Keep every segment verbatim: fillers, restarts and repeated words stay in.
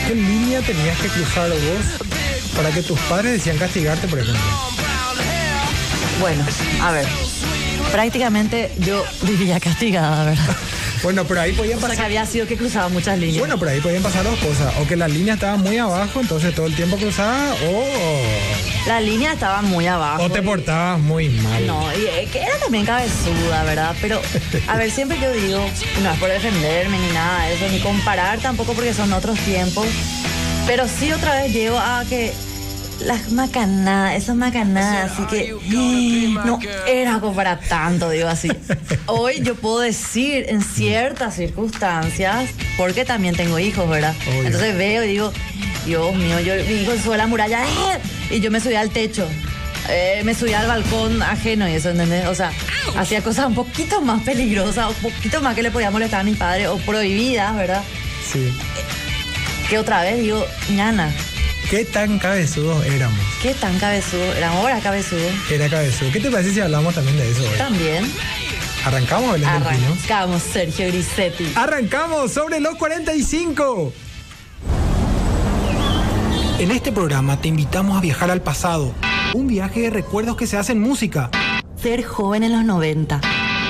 ¿Qué línea tenías que cruzar vos para que tus padres decían castigarte, por ejemplo? Bueno, a ver. Prácticamente yo vivía castigada, ¿verdad? Bueno, pero ahí podían O pasar... sea, que había sido que cruzaba muchas líneas. Bueno, pero ahí podían pasar dos cosas. O que la línea estaba muy abajo, entonces todo el tiempo cruzaba, o... La línea estaba muy abajo. O te y- portabas muy mal. No, y eh, que era también cabezuda, ¿verdad? Pero, a ver, siempre yo digo, y no es por defenderme ni nada de eso, ni comparar tampoco porque son otros tiempos, pero sí otra vez llego a que las macanadas, esas macanadas, así que no era como para tanto, digo así. Hoy yo puedo decir en ciertas circunstancias, porque también tengo hijos, ¿verdad? Obvio. Entonces veo y digo, Dios mío, yo, mi hijo se sube a la muralla, ¡eh! Y yo me subí al techo. Eh, me subí al balcón ajeno y eso, ¿entendés? O sea, hacía cosas un poquito más peligrosas, un poquito más que le podía molestar a mi padre, o prohibidas, ¿verdad? Sí. Que otra vez digo, ñana, ¿Qué tan cabezudos éramos? qué tan cabezudo, era ahora cabezudo. Era cabezudo. ¿Qué te parece si hablamos también de eso hoy? También ¿Arrancamos, Belén del Pino? arrancamos, Sergio Grisetti. ¡Arrancamos sobre los cuarenta y cinco! En este programa te invitamos a viajar al pasado. Un viaje de recuerdos que se hace en música. Ser joven en los noventa.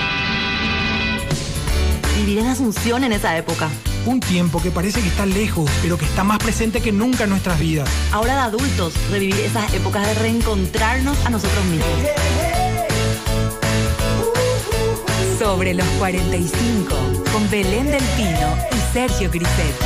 Vivir en Asunción en esa época. Un tiempo que parece que está lejos, pero que está más presente que nunca en nuestras vidas. Ahora de adultos, revivir esas épocas de reencontrarnos a nosotros mismos. Sobre los cuarenta y cinco, con Belén del Pino y Sergio Grisetti.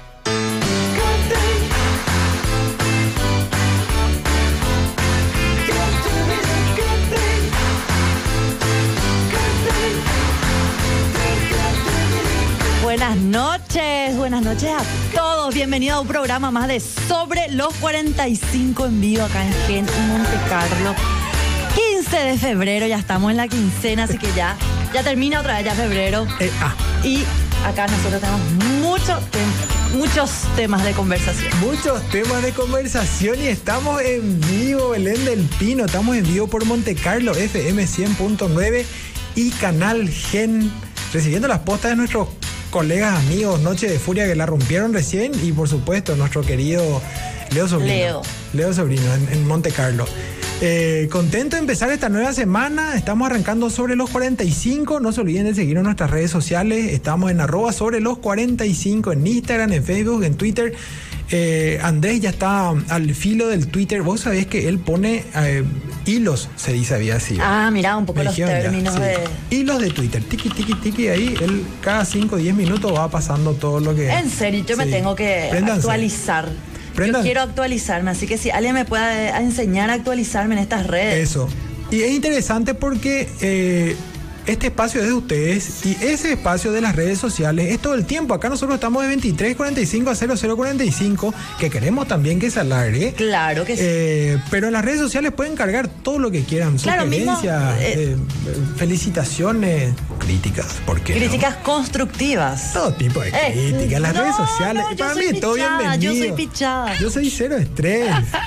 Buenas noches, buenas noches a todos. Bienvenidos a un programa más de Sobre los cuarenta y cinco en vivo acá en Gen Monte Carlo. quince de febrero, ya estamos en la quincena, así que ya, ya termina otra vez ya febrero. Eh, ah, Y acá nosotros tenemos mucho tem- muchos temas de conversación. muchos temas de conversación y estamos en vivo, Belén del Pino. Estamos en vivo por Monte Carlo, F M cien punto nueve y Canal Gen, recibiendo las postas de nuestros colegas, amigos, Noche de Furia, que la rompieron recién, y por supuesto nuestro querido Leo Sobrino. Leo. Leo Sobrino en, en Monte Carlo. Eh, contento de empezar esta nueva semana. Estamos arrancando sobre los cuarenta y cinco. No se olviden de seguirnos en nuestras redes sociales. Estamos en arroba sobre los cuarenta y cinco en Instagram, en Facebook, en Twitter. Eh, Andrés ya está al filo del Twitter. Vos sabés que él pone eh, hilos, se dice, había así. Ah, mira, un poco Me los dijeron ya, términos sí. de... Hilos de Twitter, tiqui, tiqui, tiqui, ahí él cada cinco o diez minutos va pasando todo lo que... En serio, yo me Sí. tengo que Préndanse. actualizar. Prendan- Yo quiero actualizarme, así que si alguien me puede enseñar a actualizarme en estas redes. Eso. Y es interesante porque eh, este espacio es de ustedes y ese espacio de las redes sociales es todo el tiempo. Acá nosotros estamos de veintitrés cuarenta y cinco a cero cero cuarenta y cinco, que queremos también que se alargue. Claro que sí. Eh, pero en las redes sociales pueden cargar todo lo que quieran, Claro, mismo, sugerencias, eh, eh, felicitaciones, críticas, ¿por qué no? Críticas constructivas. Todo tipo de Eh, críticas, las no, redes sociales. no, yo Para soy mí todo pichada, bienvenido. yo soy pichada. Yo soy cero estrés.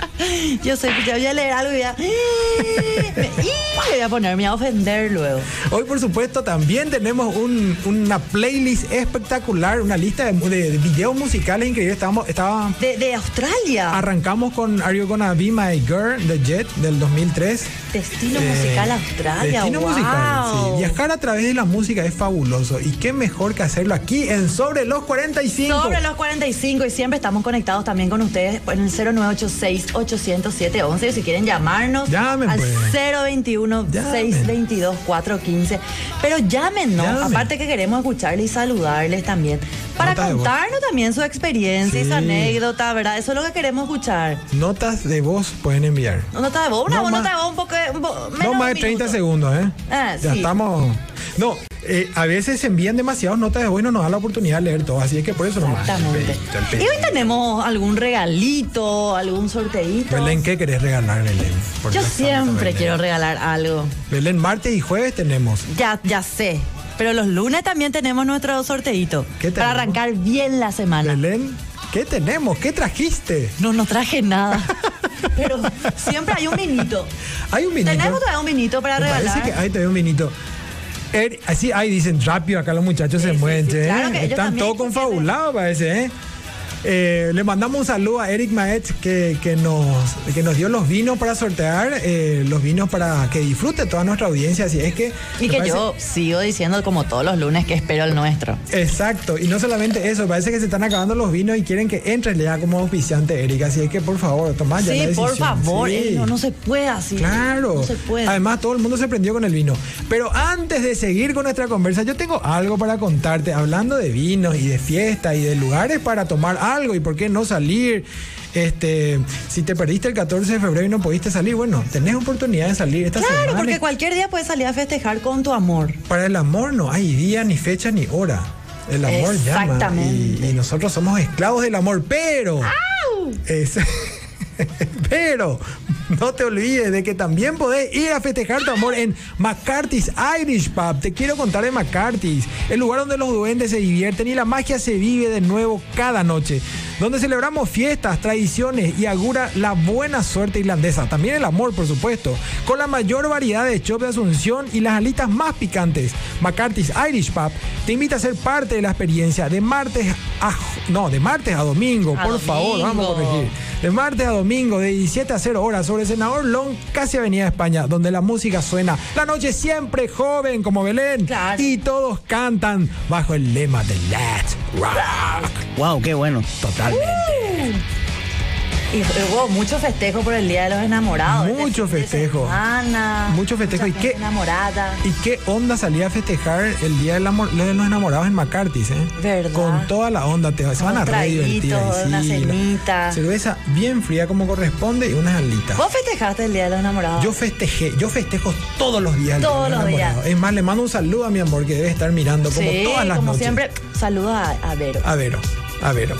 Yo soy pichada, voy a leer algo y voy a... me voy a poner, me voy a ofender luego. Hoy, por supuesto, también tenemos un- una playlist espectacular, una lista de, de- de videos musicales increíbles. Estamos, estaba, De, de Australia. arrancamos con Are You Gonna Be My Girl, de Jet, del dos mil tres. Destino Eh, musical Australia. Destino wow. musical, sí. Viajar a través de la música es fabuloso. Y qué mejor que hacerlo aquí en Sobre los cuarenta y cinco. Sobre los cuarenta y cinco, y siempre estamos conectados también con ustedes en el cero nueve ocho seis, ocho cero cero, siete uno uno. Y si quieren llamarnos Llamen, al pues. cero veintiuno, seiscientos veintidós, cuatrocientos quince. Pero llámenos, Llamen. aparte que queremos escucharles y saludarles también. Para Nota de voz. contarnos también su experiencia y Sí. su anécdota, ¿verdad? Eso es lo que queremos escuchar. Notas de voz pueden enviar. Una nota de voz, una No nota más- de voz un poco... Un po- menos No de más de un treinta minuto. segundos, ¿eh? Ah, ya sí. estamos. No, eh, a veces se envían demasiadas notas de voz y no nos da la oportunidad de leer todo. Así es que por eso nomás. Exactamente. El pedito, el Y pedito. hoy tenemos algún regalito, algún sorteito. Belén, ¿qué querés regalar, Belén? Por Yo Dios santo, siempre Belén. quiero regalar algo. Belén, martes y jueves tenemos. Ya, ya sé. Pero los lunes también tenemos nuestro sorteito. ¿Qué Para tenemos? arrancar bien la semana. Belén, ¿qué tenemos? ¿Qué trajiste? No, no traje nada. Pero siempre hay un vinito. Hay un vinito. Tenemos todavía un vinito para Me regalar. parece que hay todavía un vinito. Er- así, ahí dicen rápido, acá los muchachos Sí, se sí, mueven, sí, ¿eh? claro que ellos Están también todos confabulados, parece, ¿eh? Eh, le mandamos un saludo a Eric Maet que, que, nos, que nos dio los vinos para sortear, eh, los vinos para que disfrute toda nuestra audiencia. Así es que. Y que parece... yo sigo diciendo como todos los lunes que espero el nuestro. Exacto, y no solamente eso, parece que se están acabando los vinos y quieren que entres ya como auspiciante, Eric. Así es que por favor, tomá ya sí, la decisión. por favor, sí. eh, no, no se puede así. Claro. No se puede. Además, todo el mundo se prendió con el vino. Pero antes de seguir con nuestra conversa, yo tengo algo para contarte. Hablando de vinos y de fiesta y de lugares para tomar algo y por qué no salir. Este, si te perdiste el catorce de febrero y no pudiste salir, bueno, tenés oportunidad de salir esta semana. Claro, porque cualquier día puedes salir a festejar con tu amor. Para el amor no hay día, ni fecha, ni hora. El amor llama. Exactamente. Y, y nosotros somos esclavos del amor, pero... ¡Au! Es, pero no te olvides de que también podés ir a festejar tu amor en McCarthy's Irish Pub. Te quiero contar de McCarthy's, el lugar donde los duendes se divierten y la magia se vive de nuevo cada noche, donde celebramos fiestas, tradiciones y augura la buena suerte irlandesa, también el amor, por supuesto, con la mayor variedad de chops de Asunción y las alitas más picantes. McCarthy's Irish Pub te invita a ser parte de la experiencia de martes a no, de martes a domingo, a por domingo. favor, vamos a corregir. De martes a domingo, de diecisiete a cero horas, sobre Senador Long, casi Avenida España, donde la música suena la noche siempre joven, como Belén. Claro. Y todos cantan bajo el lema de Let's Rock. Wow, qué bueno. Totalmente. Y hubo mucho festejo por el Día de los Enamorados. Mucho este fin de festejo. semana, Mucho festejo. mucha ¿Y qué- gente enamorada. ¿Y qué onda salía a festejar el Día del amor, de los enamorados en McCarthy's, eh? ¿Verdad? Con toda la onda, te se van a Unos re divertir. traguitos, ahí, una sí, la cenita. cerveza bien fría como corresponde y unas alitas. ¿Vos festejaste el Día de los Enamorados? Yo festejé, yo festejo todos los días. el Día Todos de los días. enamorados. Es más, le mando un saludo a mi amor que debe estar mirando como sí, todas las como noches. siempre, saludos a, a Vero. A Vero, a Vero.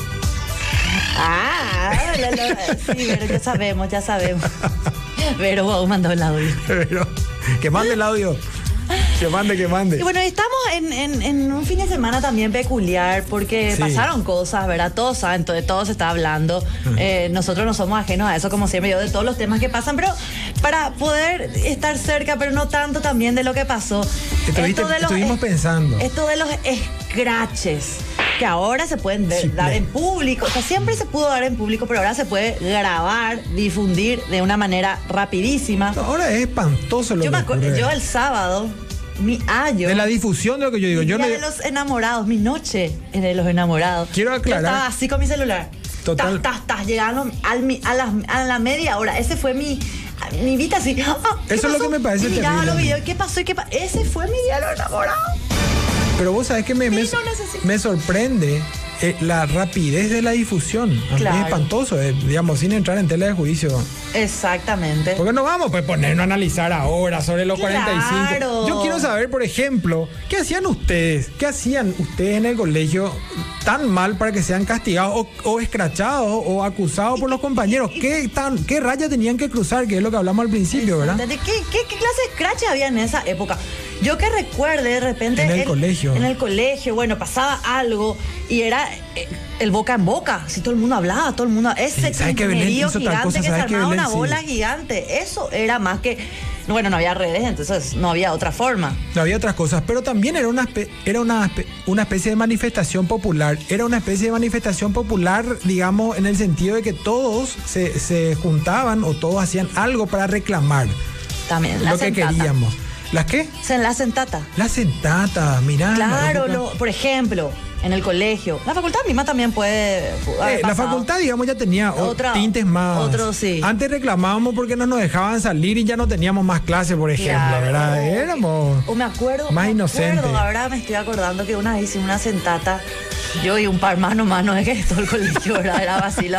Ah, la, la, sí, Vero, ya sabemos, ya sabemos. Vero, wow, mandó el audio. Vero, que mande el audio. Que mande, que mande. Y bueno, estamos en, en, en un fin de semana también peculiar porque Sí. pasaron cosas, ¿verdad? Todos saben, de todo se está hablando. Eh, nosotros no somos ajenos a eso, como siempre, yo de todos los temas que pasan, pero para poder estar cerca, pero no tanto también de lo que pasó. Estuviste- Esto de los- estuvimos pensando. Esto de los scratches, que ahora se pueden ver- Sí, dar play. en público. O sea, siempre se pudo dar en público, pero ahora se puede grabar, difundir de una manera rapidísima. Ahora es espantoso lo Yo que me acuerdo, ocurre. yo el sábado, mi año. De la difusión de lo que yo digo. Mi Yo día me- de los enamorados, mi noche en de los enamorados. Quiero aclarar- Yo estaba así con mi celular. Total. Tas, tas, tas, llegando al mi- a, la, a la media hora. Ese fue mi, mi vida así. Ah, ¿qué Eso es lo pasó? que me parece Y miraba terrible. los videos. ¿Qué pasó? ¿Y qué pa-? Ese fue mi día de los enamorados. Pero vos sabés que me, me, Sí, no necesito. me sorprende eh, la rapidez de la difusión. A mí Claro. Es espantoso, eh, digamos, sin entrar en tela de juicio. Exactamente. Porque no vamos pues ponernos a analizar ahora sobre los Claro. cuarenta y cinco. Yo quiero saber, por ejemplo, ¿qué hacían ustedes? ¿Qué hacían ustedes en el colegio tan mal para que sean castigados o, o escrachados o acusados por los compañeros? ¿Qué, tan, ¿Qué raya tenían que cruzar? Que es lo que hablamos al principio, ¿verdad? ¿De qué, qué, qué clase de scratch había en esa época? Yo que recuerde, de repente... En el colegio. En el colegio, bueno, pasaba algo y era eh, el boca en boca. Si todo el mundo hablaba, todo el mundo... Ese Sí, ¿sabes que Belén quinceañerío hizo tal gigante cosa? que se ¿Sabes que armaba Belén una sí? bola gigante. Eso era más que... Bueno, no había redes, entonces no había otra forma. No había otras cosas, pero también era una espe- era una, espe- una especie de manifestación popular. Era una especie de manifestación popular, digamos, en el sentido de que todos se, se juntaban o todos hacían algo para reclamar También, la lo que sentata. queríamos. ¿Las qué? Se la sentata. Las sentatas, mirá. Claro, la, lo- por ejemplo, en el colegio. La facultad misma también puede... haber Eh, la pasado. facultad, digamos, ya tenía o- Otra- tintes más. otro, sí. Antes reclamábamos porque no nos dejaban salir y ya no teníamos más clases, por ejemplo, Claro. ¿verdad? Éramos O me acuerdo, más me inocentes. acuerdo, ahora me estoy acordando que una vez hicimos una sentata, yo y un par más nomás, no es que todo el colegio, ¿verdad? Era vacilo.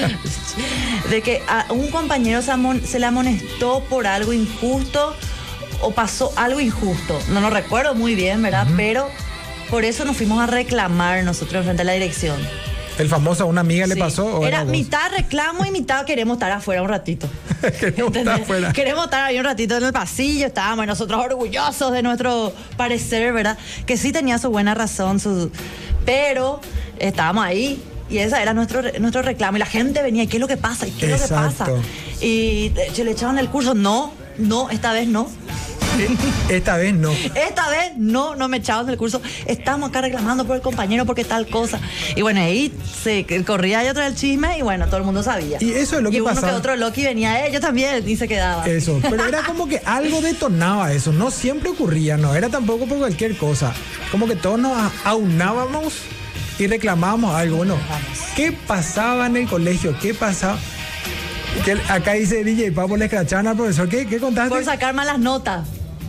De que a un compañero se, amon- se le amonestó por algo injusto o pasó algo injusto. No lo recuerdo muy bien, ¿verdad? Pero por eso nos fuimos a reclamar nosotros frente a la dirección. El famoso a una amiga le Sí. pasó. ¿o Era vos? mitad reclamo y mitad queremos estar afuera un ratito. Queremos estar ¿Entendés? afuera. Queremos estar ahí un ratito en el pasillo, estábamos nosotros orgullosos de nuestro parecer, ¿verdad? Que sí tenía su buena razón, su... pero estábamos ahí y ese era nuestro, nuestro reclamo. Y la gente venía, ¿qué es lo que pasa? ¿Y qué es lo que pasa? Exacto. Y eh, se le echaban el curso, no, no, esta vez no. Esta vez no. Esta vez no, no me echaban del curso. Estamos acá reclamando por el compañero porque tal cosa. Y bueno, ahí se corría ahí otra el chisme y bueno, todo el mundo sabía. Y eso es lo que y uno pasaba. que otro Loki venía, eh, yo también, y se quedaba. Eso, pero era como que algo detonaba eso. No siempre ocurría, no era tampoco por cualquier cosa. Como que todos nos aunábamos y reclamábamos algo. Bueno, ¿qué pasaba en el colegio? ¿Qué pasaba? Que acá dice D J Papo, le escrachaban al profesor. ¿Qué, qué contaste? Por sacar malas notas.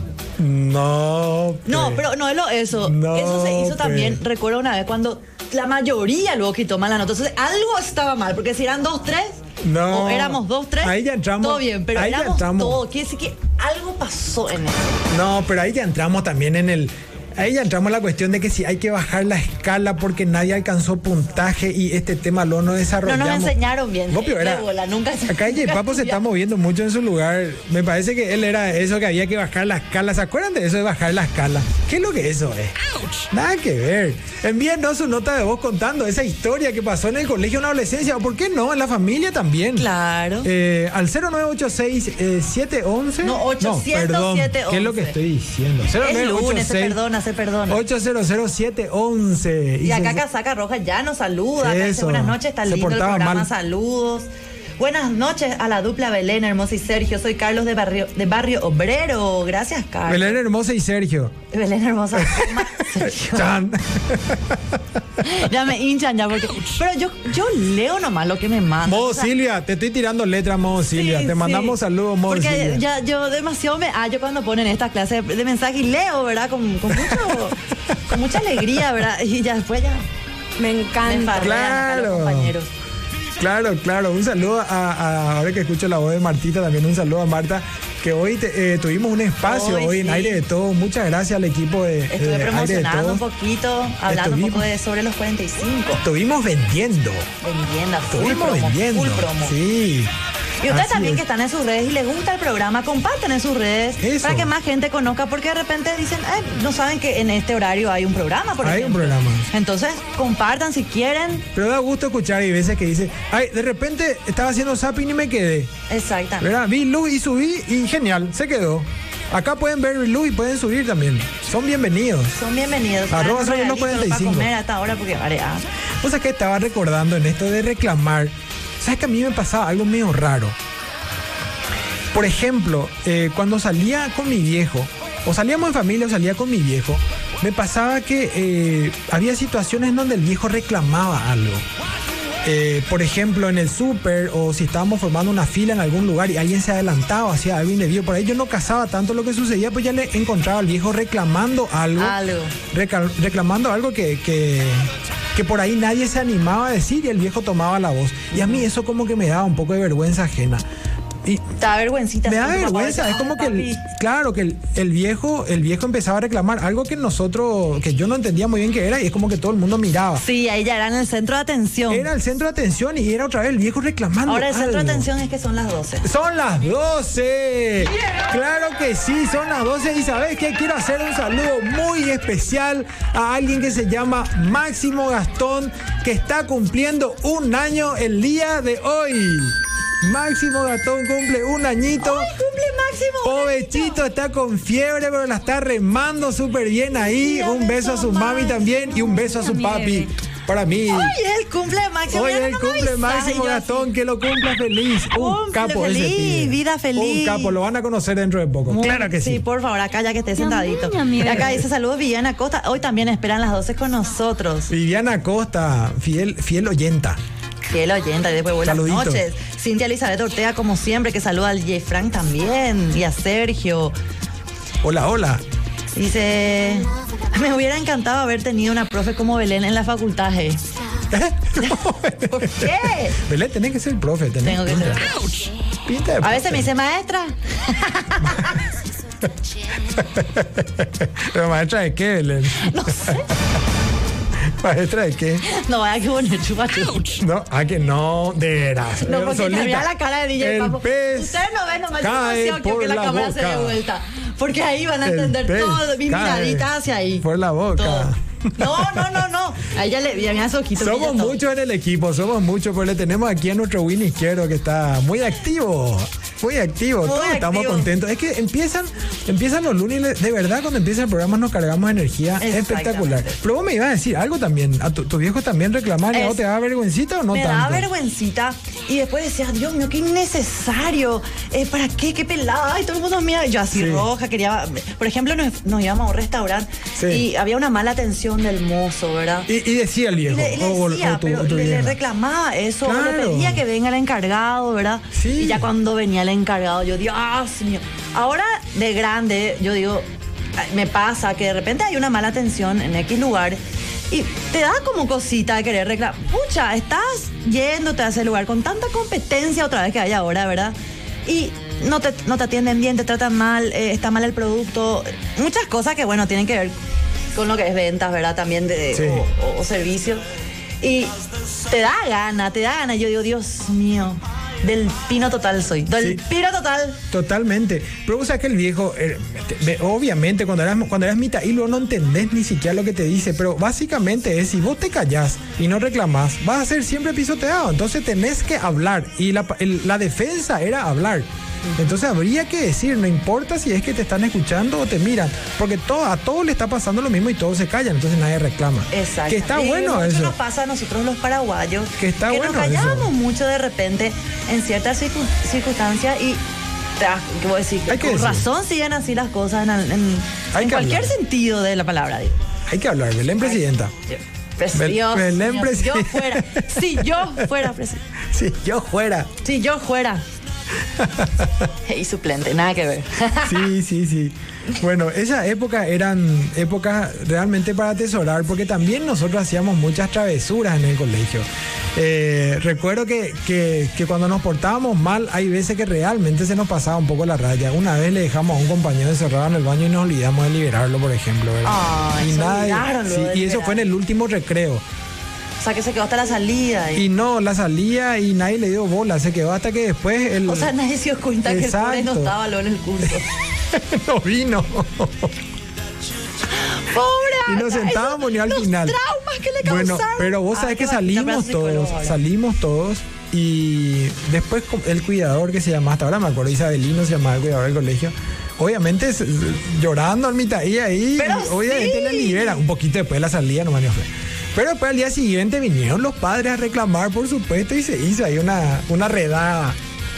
No. No, pe. pero no es lo eso. No, eso se hizo pe. también, recuerdo una vez cuando la mayoría luego quitó malas notas. Entonces algo estaba mal, porque si eran dos, tres, No. o éramos dos, tres, Ahí ya entramos. todo bien, pero Ahí ya éramos entramos. todos. Quiere decir que algo pasó en eso. No, pero ahí ya entramos también en el... Ahí ya entramos en la cuestión de que si hay que bajar la escala porque nadie alcanzó puntaje y este tema lo no No desarrollamos. nos enseñaron bien. Vos, pero De era- bola, nunca se- Acá J Papo se está moviendo mucho en su lugar. Me parece que él era eso que había que bajar la escala. ¿Se acuerdan de eso de bajar la escala? ¿Qué es lo que eso es? Nada que ver. Envíennos su nota de voz contando esa historia que pasó en el colegio en la adolescencia. ¿O por qué no? En la familia también. Claro. Eh, al cero nueve ocho seis siete once. No, ochocientos, perdón. siete ¿Qué es lo que once? estoy diciendo? Es lunes, se perdona, se perdona. ocho cero cero siete once. Y acá se- Casaca Roja ya nos saluda. Acá dice Eso. buenas noches, está Se lindo el portaba programa, mal. saludos. Buenas noches a la dupla Belén, Hermosa y Sergio. Soy Carlos de Barrio, de Barrio Obrero. Gracias, Carlos. Belén Hermosa y Sergio. Belén Hermosa. Sergio. Chan. Ya me hinchan ya porque. Pero yo, yo leo nomás lo que me mandan. Modo O sea, Silvia, te estoy tirando letras, Modo Silvia. sí, Te sí. mandamos saludos, Modo Porque Silvia. ya yo demasiado me hallo cuando ponen esta clase de, de mensaje y leo, ¿verdad? Con, con mucho, con mucha alegría, ¿verdad? Y ya después ya Me me encanta. enfarrean acá los Claro. compañeros. Claro, claro. Un saludo a, a- ahora que escucho la voz de Martita, también un saludo a Marta, que hoy te- eh, tuvimos un espacio Hoy hoy en sí. Aire de Todo. Muchas gracias al equipo de, Estuve de Aire de promocionando Todo. un poquito, hablando un poco de sobre los cuarenta y cinco. Estuvimos vendiendo. Vendiendo, full Estuvimos promo, vendiendo. full promo. Sí. Y ustedes Así también es. que están en sus redes y les gusta el programa, compartan en sus redes Eso. para que más gente conozca, porque de repente dicen, "Ay, no saben que en este horario hay un programa, por Hay un ejemplo". programa. Entonces, compartan si quieren. Pero da gusto escuchar, hay veces que dice, ay, de repente estaba haciendo zapping y me quedé. Exactamente. ¿Verdad? Vi luz y subí y genial, se quedó. Acá pueden ver luz y pueden subir también. Son bienvenidos. Son bienvenidos. Arroba Traen sobre un los regalito cuarenta y cinco. para comer hasta ahora porque vale, ah. O sea que estaba recordando en esto de reclamar. ¿Sabes que a mí me pasaba algo medio raro? Por ejemplo, eh, cuando salía con mi viejo, o salíamos en familia o salía con mi viejo, me pasaba que eh, había situaciones en donde el viejo reclamaba algo. Eh, por ejemplo, en el súper o si estábamos formando una fila en algún lugar y alguien se adelantaba, hacía algo indebido. Por ahí yo no cazaba tanto lo que sucedía, pues ya le encontraba al viejo reclamando algo. Algo. recal- reclamando algo que, que, que por ahí nadie se animaba a decir y el viejo tomaba la voz. Y a mí eso como que me daba un poco de vergüenza ajena. Y Te da vergüencita. me da así, tu papá vergüenza, dice, es como "Ay, que, el- papi". claro, que el, el viejo el viejo empezaba a reclamar algo que nosotros, que yo no entendía muy bien qué era y es como que todo el mundo miraba. Sí, ahí ya eran el centro de atención. Era el centro de atención y era otra vez el viejo reclamando Ahora el centro de algo. atención es que son las doce. Son las doce. Claro que sí, son las doce. Y sabes qué, quiero hacer un saludo muy especial a alguien que se llama Máximo Gastón, que está cumpliendo un año el día de hoy. Máximo Gastón cumple un añito. ¡Ay, cumple Máximo! Pobrecito, está con fiebre, pero la está remando súper bien ahí. Mira, Un beso a su mami también y un beso a su papi. Para mí. Hoy es el cumple de Máximo. Hoy Mira, el no me cumple avisas, Máximo y yo Gastón, así. que lo cumpla feliz. Un Cumple capo ese feliz, pibe. vida feliz. Un capo, lo van a conocer dentro de poco. Muy- Claro que sí. por favor, acá ya que esté sentadito. mi amiga. Y acá dice saludos Viviana Costa. Hoy también esperan las doce con nosotros. Viviana Costa, fiel, fiel oyenta. Fiel oyenta, y después buenas Saludito. noches. Cintia Elizabeth Ortega, como siempre, que saluda al J. Frank también. Y a Sergio. Hola, hola. Dice, me hubiera encantado haber tenido una profe como Belén en la facultad. ¿eh? ¿Por qué? Belén, tenés que ser profe. Tenés Tengo que pinta. ser. Pinta de A veces profe. me dice maestra. ¿Pero maestra de qué, Belén? No sé. ¿Maestra de qué? No vaya que poner chupa chupa. No, ah, que no, de veras. No, Eh, porque solita. mira la cara de D J El Papo. pez Ustedes no ven nomás cae yo por que la, la cámara se dé boca. vuelta. Porque ahí van a El entender pez todo. Mi cae miradita hacia ahí. por la boca. Todo. No, no, no, no. A ella le ya mira su ojito. Somos brilla todo. muchos en el equipo, somos muchos, pero le tenemos aquí a nuestro Winnie izquierdo que está muy activo. Muy activo, Muy todos activo. estamos contentos. Es que empiezan, empiezan los lunes, de verdad, cuando empieza el programa nos cargamos de energía Exactamente. espectacular. Pero vos me ibas a decir algo también, a tu, tu viejo también reclamar, ¿y a Es- vos te da vergüencita o no me tanto? daba vergüencita y después decía, Dios mío, qué innecesario, eh, ¿para qué? Qué pelada, y todo el mundo mira, yo así Sí. roja, quería, por ejemplo, nos, nos íbamos a un restaurante Sí. y había una mala atención del mozo, ¿verdad? Y, y decía el Y viejo, le, y le o, o- decía, o tu, pero o tu le, le vieja. reclamaba eso, Claro. le pedía que venga el encargado, ¿verdad? Sí. Y ya cuando venía el encargado, yo digo, ah, señor. Ahora de grande, yo digo, ay, me pasa que de repente hay una mala atención en X lugar y te da como cosita de querer reclamar. Pucha, estás yéndote a ese lugar con tanta competencia otra vez que hay ahora, ¿verdad? Y no te, no te atienden bien, te tratan mal, eh, está mal el producto, muchas cosas que, bueno, tienen que ver con lo que es ventas, ¿verdad? También de, Sí. o, o, o servicio. Y te da gana, te da gana. Yo digo, Dios mío, del pino total soy. Del Sí. pino total. Totalmente. Pero vos sabés que el viejo, eh, te- obviamente, cuando eras, cuando eras mitad y luego no entendés ni siquiera lo que te dice, pero básicamente es, si vos te callás y no reclamás, vas a ser siempre pisoteado. Entonces tenés que hablar. Y la, el- la defensa era hablar. Entonces habría que decir, no importa si es que te están escuchando o te miran, porque todo, a todos le está pasando lo mismo y todos se callan, entonces nadie reclama. Exacto. Que está Y bueno mucho eso. nos pasa a nosotros los paraguayos. Que está bueno nos callamos eso. mucho de repente en ciertas circun- circunstancias y... ah, ¿qué voy a decir? Hay que Con decir. razón siguen así las cosas en, en- Hay en que cualquier hablar. sentido de la palabra. Digo. Hay que hablar, Belén, presidenta. Pues, Bel- Dios, Belén mío, si yo presi- fuera, si yo fuera presidente, Si yo fuera. si yo fuera. Y suplente, nada que ver. Sí, sí, sí. Bueno, esa época eran épocas realmente para atesorar, porque también nosotros hacíamos muchas travesuras en el colegio. Eh, recuerdo que, que, que cuando nos portábamos mal, hay veces que realmente se nos pasaba un poco la raya. Una vez le dejamos a un compañero encerrado en el baño y nos olvidamos de liberarlo, por ejemplo, ¿verdad? Ay, y se nada, olvidaron sí, luego de y eso fue en el último recreo. O sea, que se quedó hasta la salida. Y, Y no, la salía y nadie le dio bola, se quedó hasta que después el... o sea, nadie se dio cuenta que el pobre no Exacto. estaba luego en el curso. no vino. ¡Pobre! Y nos Ana, sentábamos y al los final. traumas que le causaron. Bueno, pero vos Ah, sabés qué que bonita salimos frase psicólogo todos, ahora. salimos todos y después con el cuidador que se llama, hasta ahora me acuerdo, Isabelino se llamaba el cuidador del colegio. Obviamente s- s- llorando al mitad y ahí, Pero obviamente sí. le libera, un poquito después de la salida nomás. no fue. Pero después al día siguiente vinieron los padres a reclamar, por supuesto, y se hizo ahí una, una redada.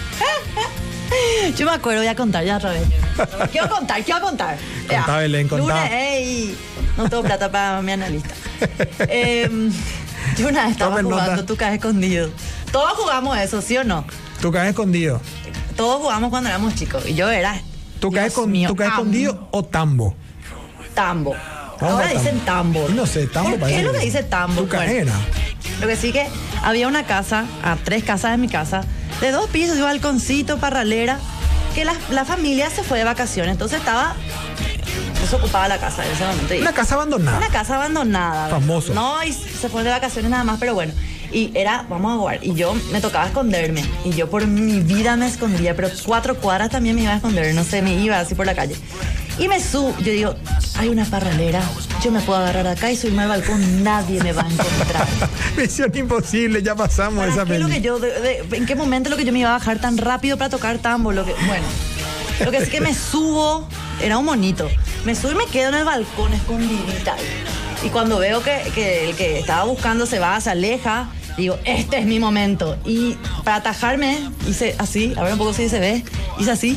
Yo me acuerdo, voy a contar ya otra vez. Quiero contar, quiero contar. Contá, Ya. Belén, contá. Lunes, ey, no tengo plata para mi analista. Em, yo una vez estaba Tomen jugando, nota. tú caes escondido. Todos jugamos eso, ¿sí o no? Tú caes escondido. Todos jugamos cuando éramos chicos. Y yo era. Tú Dios caes, con, mío, tú caes am- escondido o tambo. Tambo. Vamos Ahora a tambo. dicen tambo. No sé, tambo ¿Por parece qué lo que que sí. dice tambo? Tu Bueno, cadera. lo que sí que había una casa, a tres casas de mi casa, de dos pisos y un balconcito, parralera, que la, la familia se fue de vacaciones. Entonces estaba desocupada la casa en ese momento. Y- Una casa abandonada. Una casa abandonada. ¿verdad? Famoso. No, y se fue de vacaciones nada más, pero bueno. Y era, vamos a jugar. Y yo me tocaba esconderme. Y yo por mi vida me escondía, pero cuatro cuadras también me iba a esconder. No sé, me iba así por la calle. Y me subo, yo digo, hay una parralera, yo me puedo agarrar acá y subirme al balcón, nadie me va a encontrar. Misión imposible, ya pasamos ¿Para esa qué lo peli. que yo, de- de- ¿En qué momento lo que yo me iba a bajar tan rápido para tocar tambo? Lo que, bueno, lo que sí que me subo, era un monito. Me subo y me quedo en el balcón escondidita. ahí. Y cuando veo que, que el que estaba buscando se va, se aleja, digo, este es mi momento. Y para atajarme, hice así, a ver un poco si se ve, hice así.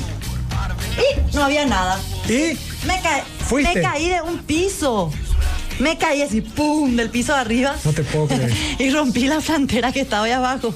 Y no había nada. Y Me, ca- Fuiste. me caí de un piso. Me caí así, ¡pum!, del piso de arriba. No te puedo creer. Y rompí la frontera que estaba ahí abajo.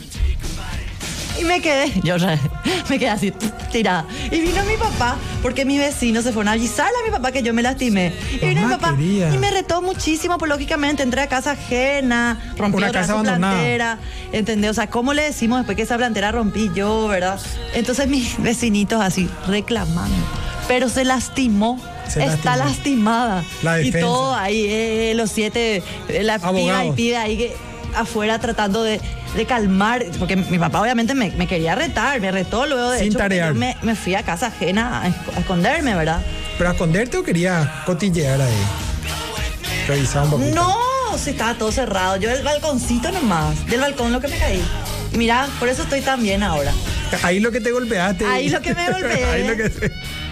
Y me quedé, yo ya- me quedé así, tirada. Y vino mi papá, porque mis vecinos se fueron a avisarle a mi papá que yo me lastimé. Y vino mi Mamá papá quería. y me retó muchísimo, pues lógicamente entré a casa ajena, rompí Una otra casa su abandonada. plantera, ¿entendés? O sea, ¿cómo le decimos después que esa plantera rompí yo, verdad? Entonces mis vecinitos así, reclamando. Pero se lastimó. Se Está lastimó. lastimada. La y defensa. todo ahí, eh, los siete, eh, la piba y Abogados. pide ahí que afuera tratando de, de calmar, porque mi papá obviamente me, me quería retar, me retó luego de Sin hecho, porque tarear. yo me, me fui a casa ajena a, esc- a esconderme, ¿verdad? ¿Pero a esconderte o quería cotillear ahí? Revisar un poquito. No, si estaba todo cerrado, yo del balconcito nomás, del balcón lo que me caí. Y mira, por eso estoy tan bien ahora. Ahí lo que te golpeaste. Ahí lo que me golpeé. Ahí lo que te...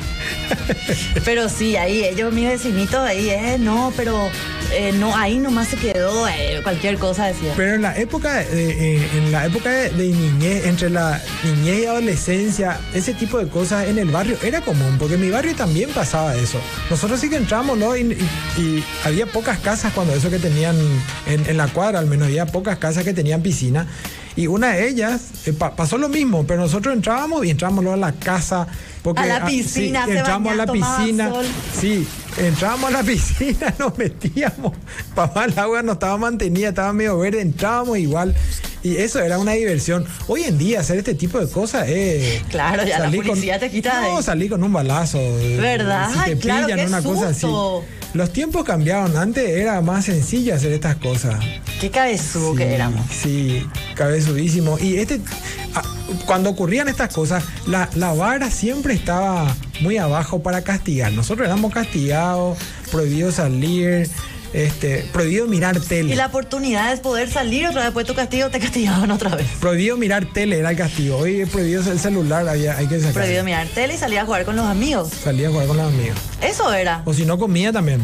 Pero sí, ahí ellos, mis vecinitos, ahí, eh, no, pero eh, no, ahí nomás se quedó, eh, cualquier cosa decía. Pero en la época de, eh, en la época de, de niñez, entre la niñez y adolescencia, ese tipo de cosas en el barrio era común, porque en mi barrio también pasaba eso. Nosotros sí que entramos, ¿no? Y, y, y había pocas casas cuando eso que tenían, en, en la cuadra al menos, había pocas casas que tenían piscina. Y una de ellas eh, pa, pasó lo mismo, pero nosotros entrábamos y entrábamos luego a la casa. Porque, a la piscina, ah, sí, se entramos bañaba, a la piscina. sol. Sí, entramos a la piscina, nos metíamos. Papá, el agua no estaba mantenida, estaba medio verde, entrábamos igual. Y eso era una diversión. Hoy en día hacer este tipo de cosas es... Claro, ya la policía con, te quita de... No, salí con un balazo. ¿Verdad? Si te Claro, pillan, qué una susto. cosa así. Los tiempos cambiaron. Antes era más sencillo hacer estas cosas. Qué cabezudo Sí, que éramos. Sí, cabezudísimo. Y este, ah, cuando ocurrían estas cosas, la, la vara siempre estaba muy abajo para castigar. Nosotros éramos castigados, prohibido salir, este, prohibido mirar tele. Y la oportunidad de poder salir otra vez después de tu castigo, te castigaban otra vez. Prohibido mirar tele era el castigo. Hoy es prohibido el celular, había, hay que sacar. Prohibido mirar tele y salir a jugar con los amigos. Salía a jugar con los amigos. Eso era. O si no, comía también.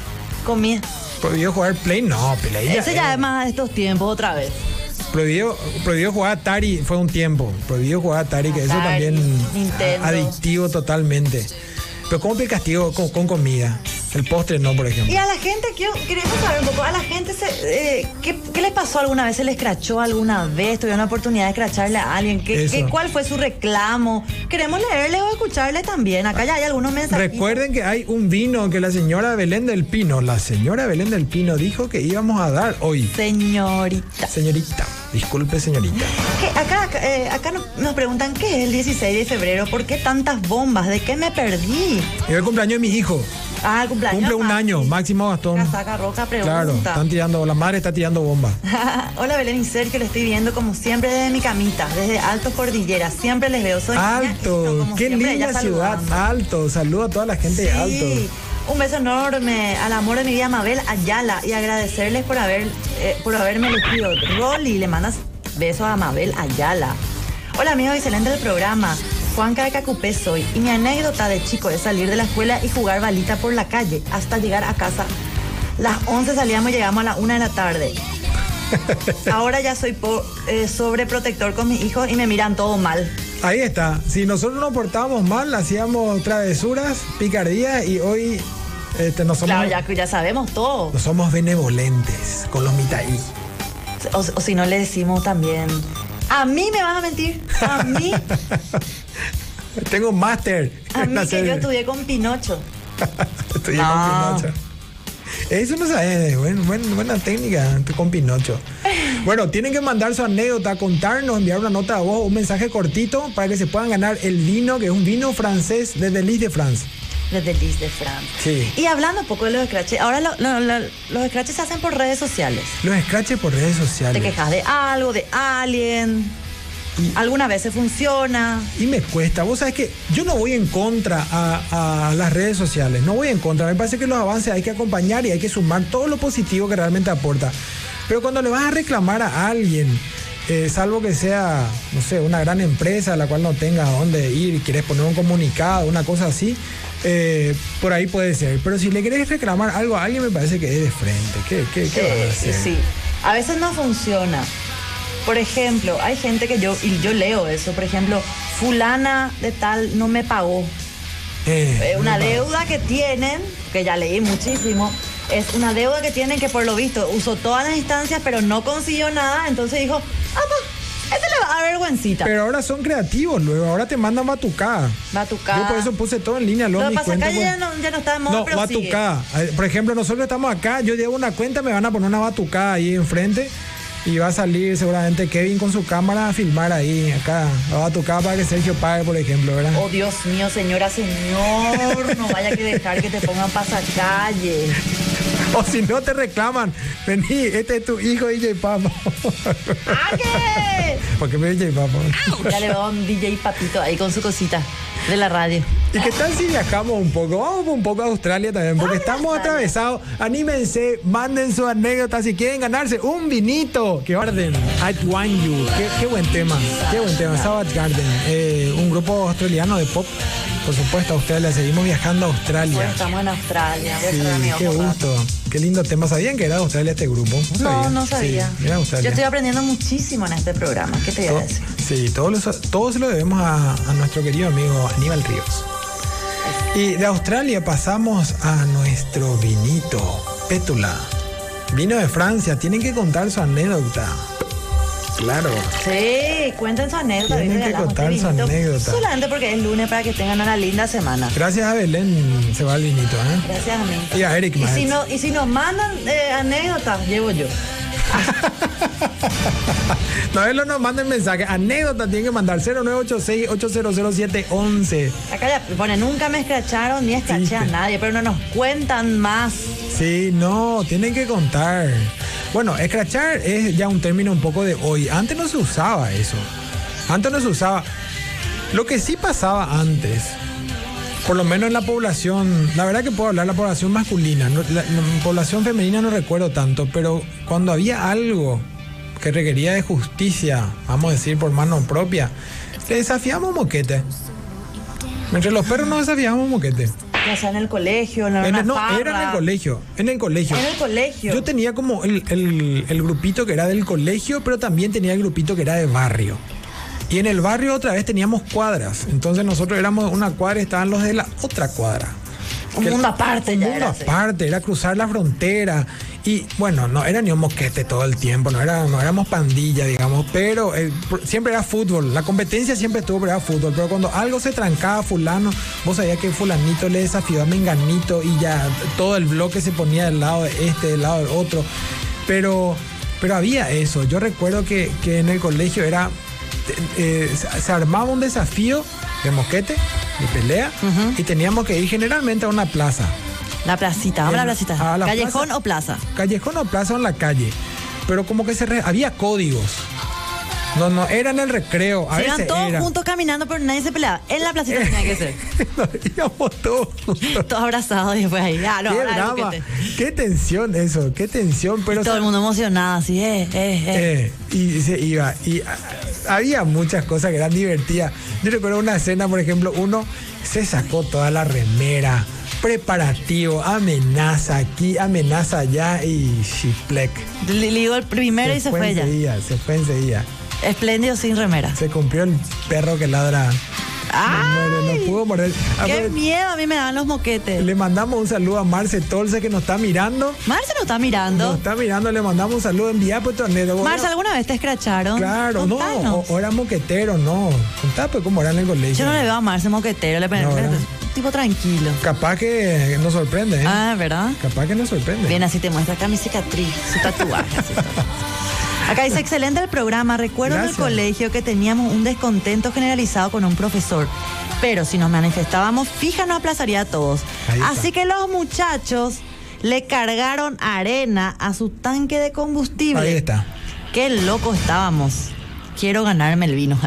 Comía. Prohibido jugar Play, no, Play. Eso ya es más de estos tiempos otra vez. Prohibido, prohibido jugar Atari fue un tiempo. Prohibido jugar Atari, que eso Atari, también Nintendo. adictivo totalmente. Pero ¿cómo el castigo con, con comida? El postre no, por ejemplo. Y a la gente, quiero, queremos saber un poco, a la gente, se, eh, ¿qué, ¿qué les pasó alguna vez? ¿Se le escrachó alguna vez? ¿Tuvieron la oportunidad de escracharle a alguien? ¿Qué, qué, ¿Cuál fue su reclamo? Queremos leerle o escucharle también. Acá ya hay algunos mensajes. Recuerden que hay un vino que la señora Belén del Pino, la señora Belén del Pino dijo que íbamos a dar hoy. Señorita. Señorita, disculpe señorita. ¿Qué? Acá, eh, acá nos, nos preguntan qué es el dieciséis de febrero, ¿por qué tantas bombas? ¿De qué me perdí? Es el cumpleaños de mi hijo. Ah, el cumpleaños. Cumple un ah, año, sí. Máximo Gastón. Casaca Roja pregunta. Claro, están tirando, la madre está tirando bombas. Hola Belén y Sergio, le estoy viendo como siempre desde mi camita, desde Alto Cordillera. Siempre les veo. Soy Alto, qué linda ciudad. Alto, saludo a toda la gente de Alto. Un beso enorme al amor de mi vida, Mabel Ayala, y agradecerles por haber eh, por haberme elegido. Rolly, le mandas besos a Mabel Ayala. Hola amigos, excelente el programa. Juanca de Cacupé soy, y mi anécdota de chico es salir de la escuela y jugar balita por la calle hasta llegar a casa. Las once salíamos y llegamos a la una de la tarde. Ahora ya soy po- eh, sobreprotector con mis hijos y me miran todo mal. Ahí está. Si nosotros nos portábamos mal, hacíamos travesuras, picardías, y hoy este, no somos, Claro, ya, ya sabemos todo. no somos benevolentes con los mitaí. O, o si no le decimos también, a mí me vas a mentir, a mí, Tengo un máster. a en mí que hacer- yo estudié con Pinocho. Estudié No. con Pinocho. Eso no sabes, buen, buen- buena técnica tú con Pinocho. Bueno, tienen que mandar su anécdota, contarnos, enviar una nota de voz, un mensaje cortito para que se puedan ganar el vino, que es un vino francés de Delis de France. Los Delis de France. Sí. Y hablando un poco de los scratches, ahora lo- lo- lo- los scratches se hacen por redes sociales. Los scratches por redes Te sociales. quejas de algo, de alguien, Y- alguna vez se funciona. Y me cuesta. Vos sabés que yo no voy en contra a, a las redes sociales. No voy en contra. Me parece que los avances hay que acompañar y hay que sumar todo lo positivo que realmente aporta. Pero cuando le vas a reclamar a alguien, eh, salvo que sea, no sé, una gran empresa a la cual no tengas a dónde ir y quieres poner un comunicado, una cosa así, eh, por ahí puede ser. Pero si le querés reclamar algo a alguien, me parece que es de frente. ¿Qué, qué, qué vas a Eh, hacer? sí, a veces no funciona. Por ejemplo, hay gente que yo, y yo leo eso, por ejemplo, fulana de tal no me pagó. Eh, Eh, una no, deuda que tienen, que ya leí muchísimo, es una deuda que tienen que por lo visto usó todas las instancias pero no consiguió nada, entonces dijo, ah, pues, este le va a dar vergüencita. Pero ahora son creativos luego, ahora te mandan batucada. Batucada. Yo por eso puse todo en línea, luego Lo que mis pasa acá cuentas, ya pues- no, ya no está de moda, No, pero sigue. batucada. Eh, Por ejemplo, nosotros estamos acá, yo llevo una cuenta, me van a poner una batucada ahí enfrente y va a salir seguramente Kevin con su cámara a filmar ahí, acá, la batucada para que Sergio pague, por ejemplo, ¿verdad? Oh, Dios mío, señora, señor, no vaya a que dejar que te pongan pasacalle. O si no te reclaman, vení, este es tu hijo D J Papo. ¡Ángel! ¿Por qué me D J Papo? Ya le va un D J Papito ahí con su cosita de la radio. ¿Y qué tal si viajamos un poco? Vamos un poco a Australia también, porque Vamos a estamos Australia. atravesados. Anímense, manden su anécdota si quieren ganarse un vinito. Que orden, I'd Wine You. Qué, qué buen tema, qué buen tema. Savage Garden, eh, un grupo australiano de pop. Por supuesto, a Australia. Seguimos viajando a Australia. Pues estamos en Australia. Voy a Sí, estar amigo qué por rato. gusto. Qué lindo tema. ¿Sabían que era de Australia este grupo? No, no sabía. Sí, era Australia. Yo estoy aprendiendo muchísimo en este programa. ¿Qué te voy a To- decir? Sí, todo, lo- todo se lo debemos a, a nuestro querido amigo Aníbal Ríos. Y de Australia pasamos a nuestro vinito, Pétula. Vino de Francia, tienen que contar su anécdota. Claro. Sí, cuenten su anécdota. Tienen ahorita que hablamos contar de su vinito. anécdota. Solamente porque es lunes para que tengan una linda semana. Gracias a Belén se va el vinito, ¿eh? Gracias a mí. Y a Eric Y más. si, no, y si nos mandan eh, anécdotas, llevo yo. No, él nos manden mensaje. Anécdota tienen que mandar cero nueve ocho seis, ocho cero cero siete once. Acá ya pone, nunca me escracharon ni escraché a Sí. nadie, pero no nos cuentan más. Sí, no, tienen que contar. Bueno, escrachar es ya un término un poco de hoy. Antes no se usaba eso. Antes no se usaba. Lo que sí pasaba antes, por lo menos en la población, la verdad que puedo hablar de la población masculina, no- la, la población femenina no recuerdo tanto, pero cuando había algo que requería de justicia, vamos a decir por mano propia, le desafiamos moquete. Mientras los perros no desafiamos moquete. Ya sea en el colegio, en la En una el- no, farra. era en el colegio, en el colegio. En el colegio. Yo tenía como el, el- el grupito que era del colegio, pero también tenía el grupito que era de barrio. Y en el barrio otra vez teníamos cuadras. Entonces nosotros éramos una cuadra y estaban los de la otra cuadra. Un Que- mundo aparte un ya mundo era así. aparte, era cruzar la frontera. Y bueno, no era ni un moquete todo el tiempo, no, era, no éramos pandilla, digamos, pero eh, por- siempre era fútbol. La competencia siempre estuvo, pero era fútbol. Pero cuando algo se trancaba, fulano, vos sabías que fulanito le desafió a menganito y ya todo el bloque se ponía del lado de este, del lado del otro. Pero, pero había eso. Yo recuerdo que, que en el colegio era, eh, se- se armaba un desafío de moquete, de pelea, y teníamos que ir generalmente a una plaza. La placita, vamos a la En- placita. a la ¿Callejón plaza. o plaza? Callejón o plaza o en la calle. Pero como que se re- había códigos. No, no, era en el recreo. A Se veces iban todos era. juntos caminando, pero nadie se peleaba. En la placita tenía que ser. Nos íbamos todos juntos. Todos abrazados y después ahí. Ah, no, Qué ahora el drama. boquete. Qué tensión eso, qué tensión. Pero Todo el mundo emocionado, así, eh, eh, eh. Eh, y se iba. Y ah, había muchas cosas que eran divertidas. Yo recuerdo una escena, por ejemplo, uno se sacó toda la remera, preparativo, amenaza aquí, amenaza allá y shiplek. Le, le digo el primero y se fue ya. enseguida, se fue enseguida. Espléndido sin remera. Se cumplió el perro que ladra. ¡Ay! No, muere, no pudo morder. Ah, ¡Qué pues, miedo! A mí me daban los moquetes. le mandamos un saludo a Marce Tolce que nos está mirando. Marce no está Nos mirando. está mirando, le mandamos un saludo. Envía pues tornero. Marce, ¿alguna vez te escracharon? Claro, no, Contanos. o, o era moquetero, no. Contá pues cómo era en el colegio. Yo no le veo a Marce moquetero, le No, ¿verdad? un tipo tranquilo. Capaz que nos sorprende, ¿eh? Ah, ¿verdad? Capaz que nos sorprende. Bien, así te muestra acá mi cicatriz, su tatuaje. Así todo. Acá dice, excelente el programa. Recuerdo en el Gracias. colegio que teníamos un descontento generalizado con un profesor. Pero si nos manifestábamos, fija nos aplazaría a todos. Ahí está. Así que los muchachos le cargaron arena a su tanque de combustible. Ahí está. Qué loco estábamos. Quiero ganarme el vino.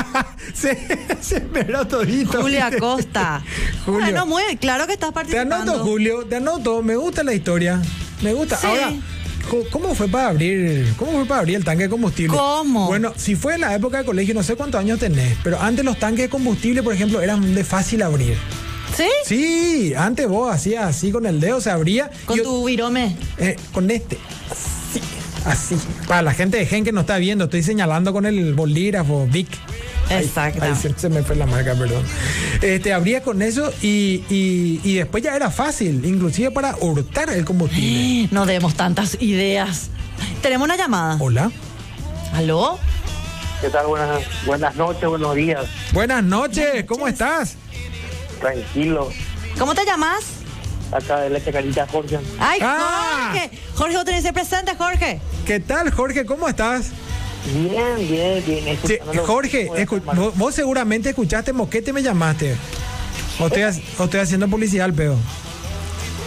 se, se esperó todito. Julio ¿viste? Acosta. Julio. Bueno, muy claro que estás Te participando. anoto, Julio, te anoto. Me gusta la historia. Me gusta. Sí. Ahora, co- ¿cómo fue para abrir, cómo fue para abrir el tanque de combustible? ¿Cómo? Bueno, si fue en la época de colegio, no sé cuántos años tenés, pero antes los tanques de combustible, por ejemplo, eran de fácil abrir. ¿Sí? Sí, antes vos hacías así con el dedo, se abría. Con y- tu virome. Eh, con este. Así. Así. Para la gente de Gen que no está viendo, estoy señalando con el bolígrafo Vic. Ahí- Exacto. Ahí, se, se me fue la marca, perdón. Este, abría con eso y, y, y después ya era fácil, inclusive para hurtar el combustible. No demos tantas ideas. Tenemos una llamada. Hola. ¿Aló? ¿Qué tal? Buenas, buenas noches, buenos días. Buenas noches, ¿cómo estás? Tranquilo. ¿Cómo te llamas? Acá de Leche Carita, Jorge. Ay, Ah. Jorge. Jorge, vos tenés que ser presente, Jorge. ¿Qué tal, Jorge? ¿Cómo estás? Bien, bien, bien. Sí, escuchándolo. Jorge, Voy a escu- llamar. vos, vos seguramente escuchaste Moquete me llamaste. O estoy, ha- o estoy haciendo publicidad al pedo.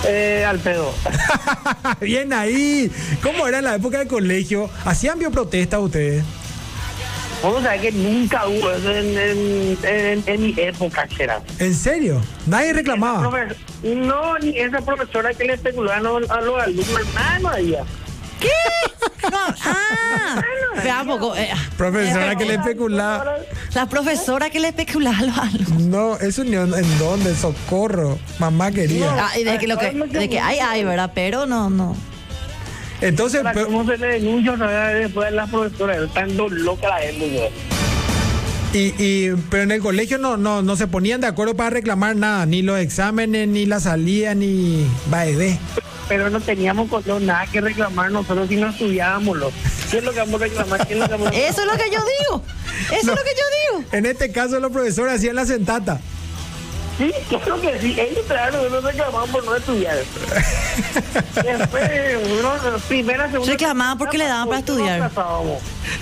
Eh, al pedo. Bien ahí. ¿Cómo era en la época del colegio? ¿Hacían bioprotestas ustedes? Vos sabés que nunca hubo eso en, en, en, en mi época, será. ¿En serio? Nadie Esa reclamaba. profe- No, ni esa profesora que le especulaba a los, a los alumnos, nada no había. ¿Qué? No, ah, vea un poco. eh, Profesora que le especulaba. la profesora que le especulaba a los alumnos. No, eso ni en en dónde, socorro. Mamá quería. Ah, y de que, lo que, de que hay, hay, ¿verdad? Pero no, no. Entonces, Para pe- ¿Cómo se le denuncia otra vez después de las profesoras? Están dos locas la gente. ¿No? y, y, pero en el colegio no, no, no se ponían de acuerdo para reclamar nada, ni los exámenes, ni la salida, ni baede. Pero no teníamos con- no, nada que reclamar nosotros si no estudiábamos. Lo. ¿Qué es lo que vamos a reclamar? ¿Qué es lo que vamos a reclamar? Eso es lo que yo digo. Eso No. es lo que yo digo. En este caso los profesores hacían la sentata. Sí, claro que sí. Ellos claro, no reclamaban por no estudiar. Después, uno, primera, segunda... Reclamaban porque le daban para estudiar. No pasábamos.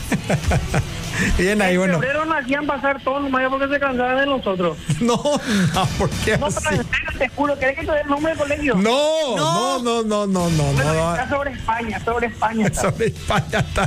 Bien ahí, En bueno. febrero nos hacían pasar todo nomás porque se cansaban de nosotros. No, no, ¿por qué No, así? pero en serio, te juro, ¿querés que te dé el nombre del colegio? No, no, no, no, no, no, Bueno, no. está sobre España, sobre España. Está. Sobre España está.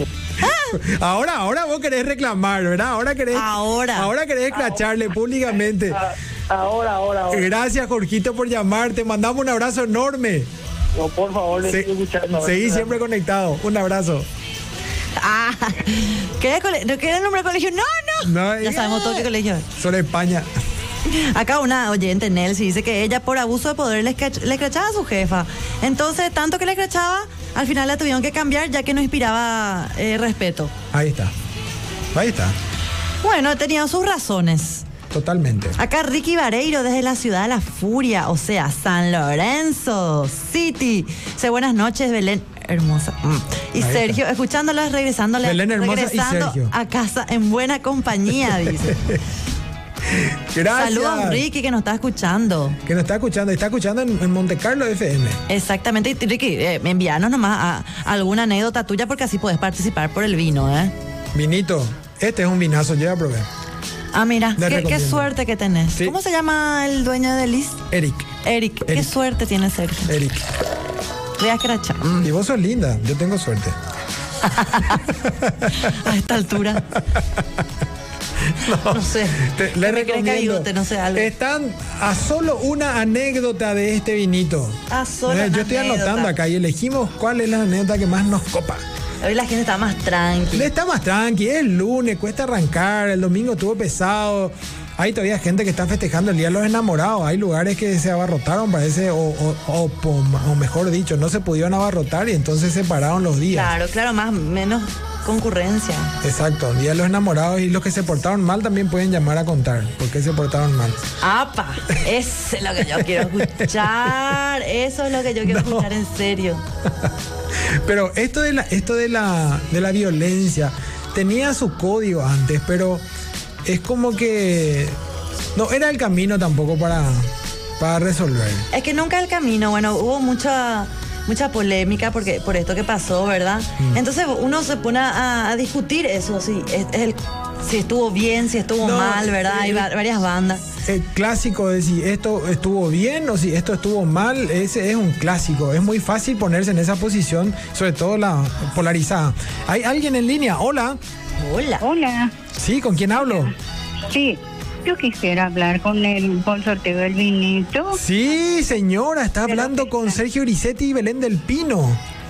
Ahora, ahora vos querés reclamar, ¿verdad? Ahora querés. Ahora. Ahora querés escracharle públicamente. Ah, Ahora, ahora, ahora. Gracias, Jorgito, por llamarte. Mandamos un abrazo enorme. No, por favor, le Se- estoy escuchando. seguí siempre conectado. Un abrazo. Ah, ¿qué cole- ¿no queda el nombre del colegio? No, no. No, Ya eh. sabemos todo qué colegio es. Sobre España. Acá una oyente, Nelsi, dice que ella por abuso de poder le, escrach- le escrachaba a su jefa. Entonces, tanto que le escrachaba, al final la tuvieron que cambiar ya que no inspiraba eh, respeto. Ahí está. Ahí está. Bueno, tenía sus razones. Totalmente. Acá Ricky Vareiro desde la ciudad de la furia, o sea, San Lorenzo City. Dice buenas noches, Belén hermosa. Mm. Y Ahí Sergio, escuchándolas, regresándole, Belén hermosa y regresando Sergio. a casa en buena compañía, dice. Gracias. Saludos Ricky que nos está escuchando. Que nos está escuchando. Está escuchando en, en Monte Carlo F M. Exactamente. Y Ricky, eh, envíanos nomás a, alguna anécdota tuya porque así puedes participar por el vino, ¿eh? Vinito. Este es un vinazo. Lleva a probar. Ah, mira, Le qué, qué recomiendo. suerte que tenés. Sí. ¿Cómo se llama el dueño de Liz? Eric. Eric. Qué Eric. suerte tiene Sergio. Eric. Voy a escrachar. Mm. Y vos sos linda. Yo tengo suerte. A esta altura. No, sé. Te- Que le me crezca recomiendo. bigote, no sé, algo. Están a solo una anécdota de este vinito. A solo Eh, una Yo estoy anécdota. anotando acá y elegimos cuál es la anécdota que más nos copa. Hoy la gente está más tranqui. Está más tranqui, es el lunes, cuesta arrancar, el domingo estuvo pesado. Hay todavía gente que está festejando el Día de los Enamorados. Hay lugares que se abarrotaron, parece, o, o, o, o mejor dicho, no se pudieron abarrotar y entonces se pararon los días. Claro, claro, más menos concurrencia. Exacto, Día de los Enamorados, y los que se portaron mal también pueden llamar a contar por qué se portaron mal. ¡Apa! Eso es lo que yo quiero escuchar. Eso es lo que yo quiero No. escuchar en serio. Pero esto de la, esto de la, de la violencia tenía su código antes, pero es como que no era el camino tampoco para, para resolver. Es que nunca el camino, bueno, hubo mucha mucha polémica porque por esto que pasó, ¿verdad? Mm. Entonces uno se pone a, a discutir eso, si, es, es el, si estuvo bien, si estuvo No, mal, ¿verdad? Hay eh, va- varias bandas. El clásico de si esto estuvo bien o si esto estuvo mal, ese es un clásico. Es muy fácil ponerse en esa posición, sobre todo la polarizada. ¿Hay alguien en línea? Hola. Hola. Hola, Sí, ¿con quién hablo? sí, yo quisiera hablar con el con sorteo del vinito. Sí, señora, está hablando con Sergio Grisetti y Belén del Pino.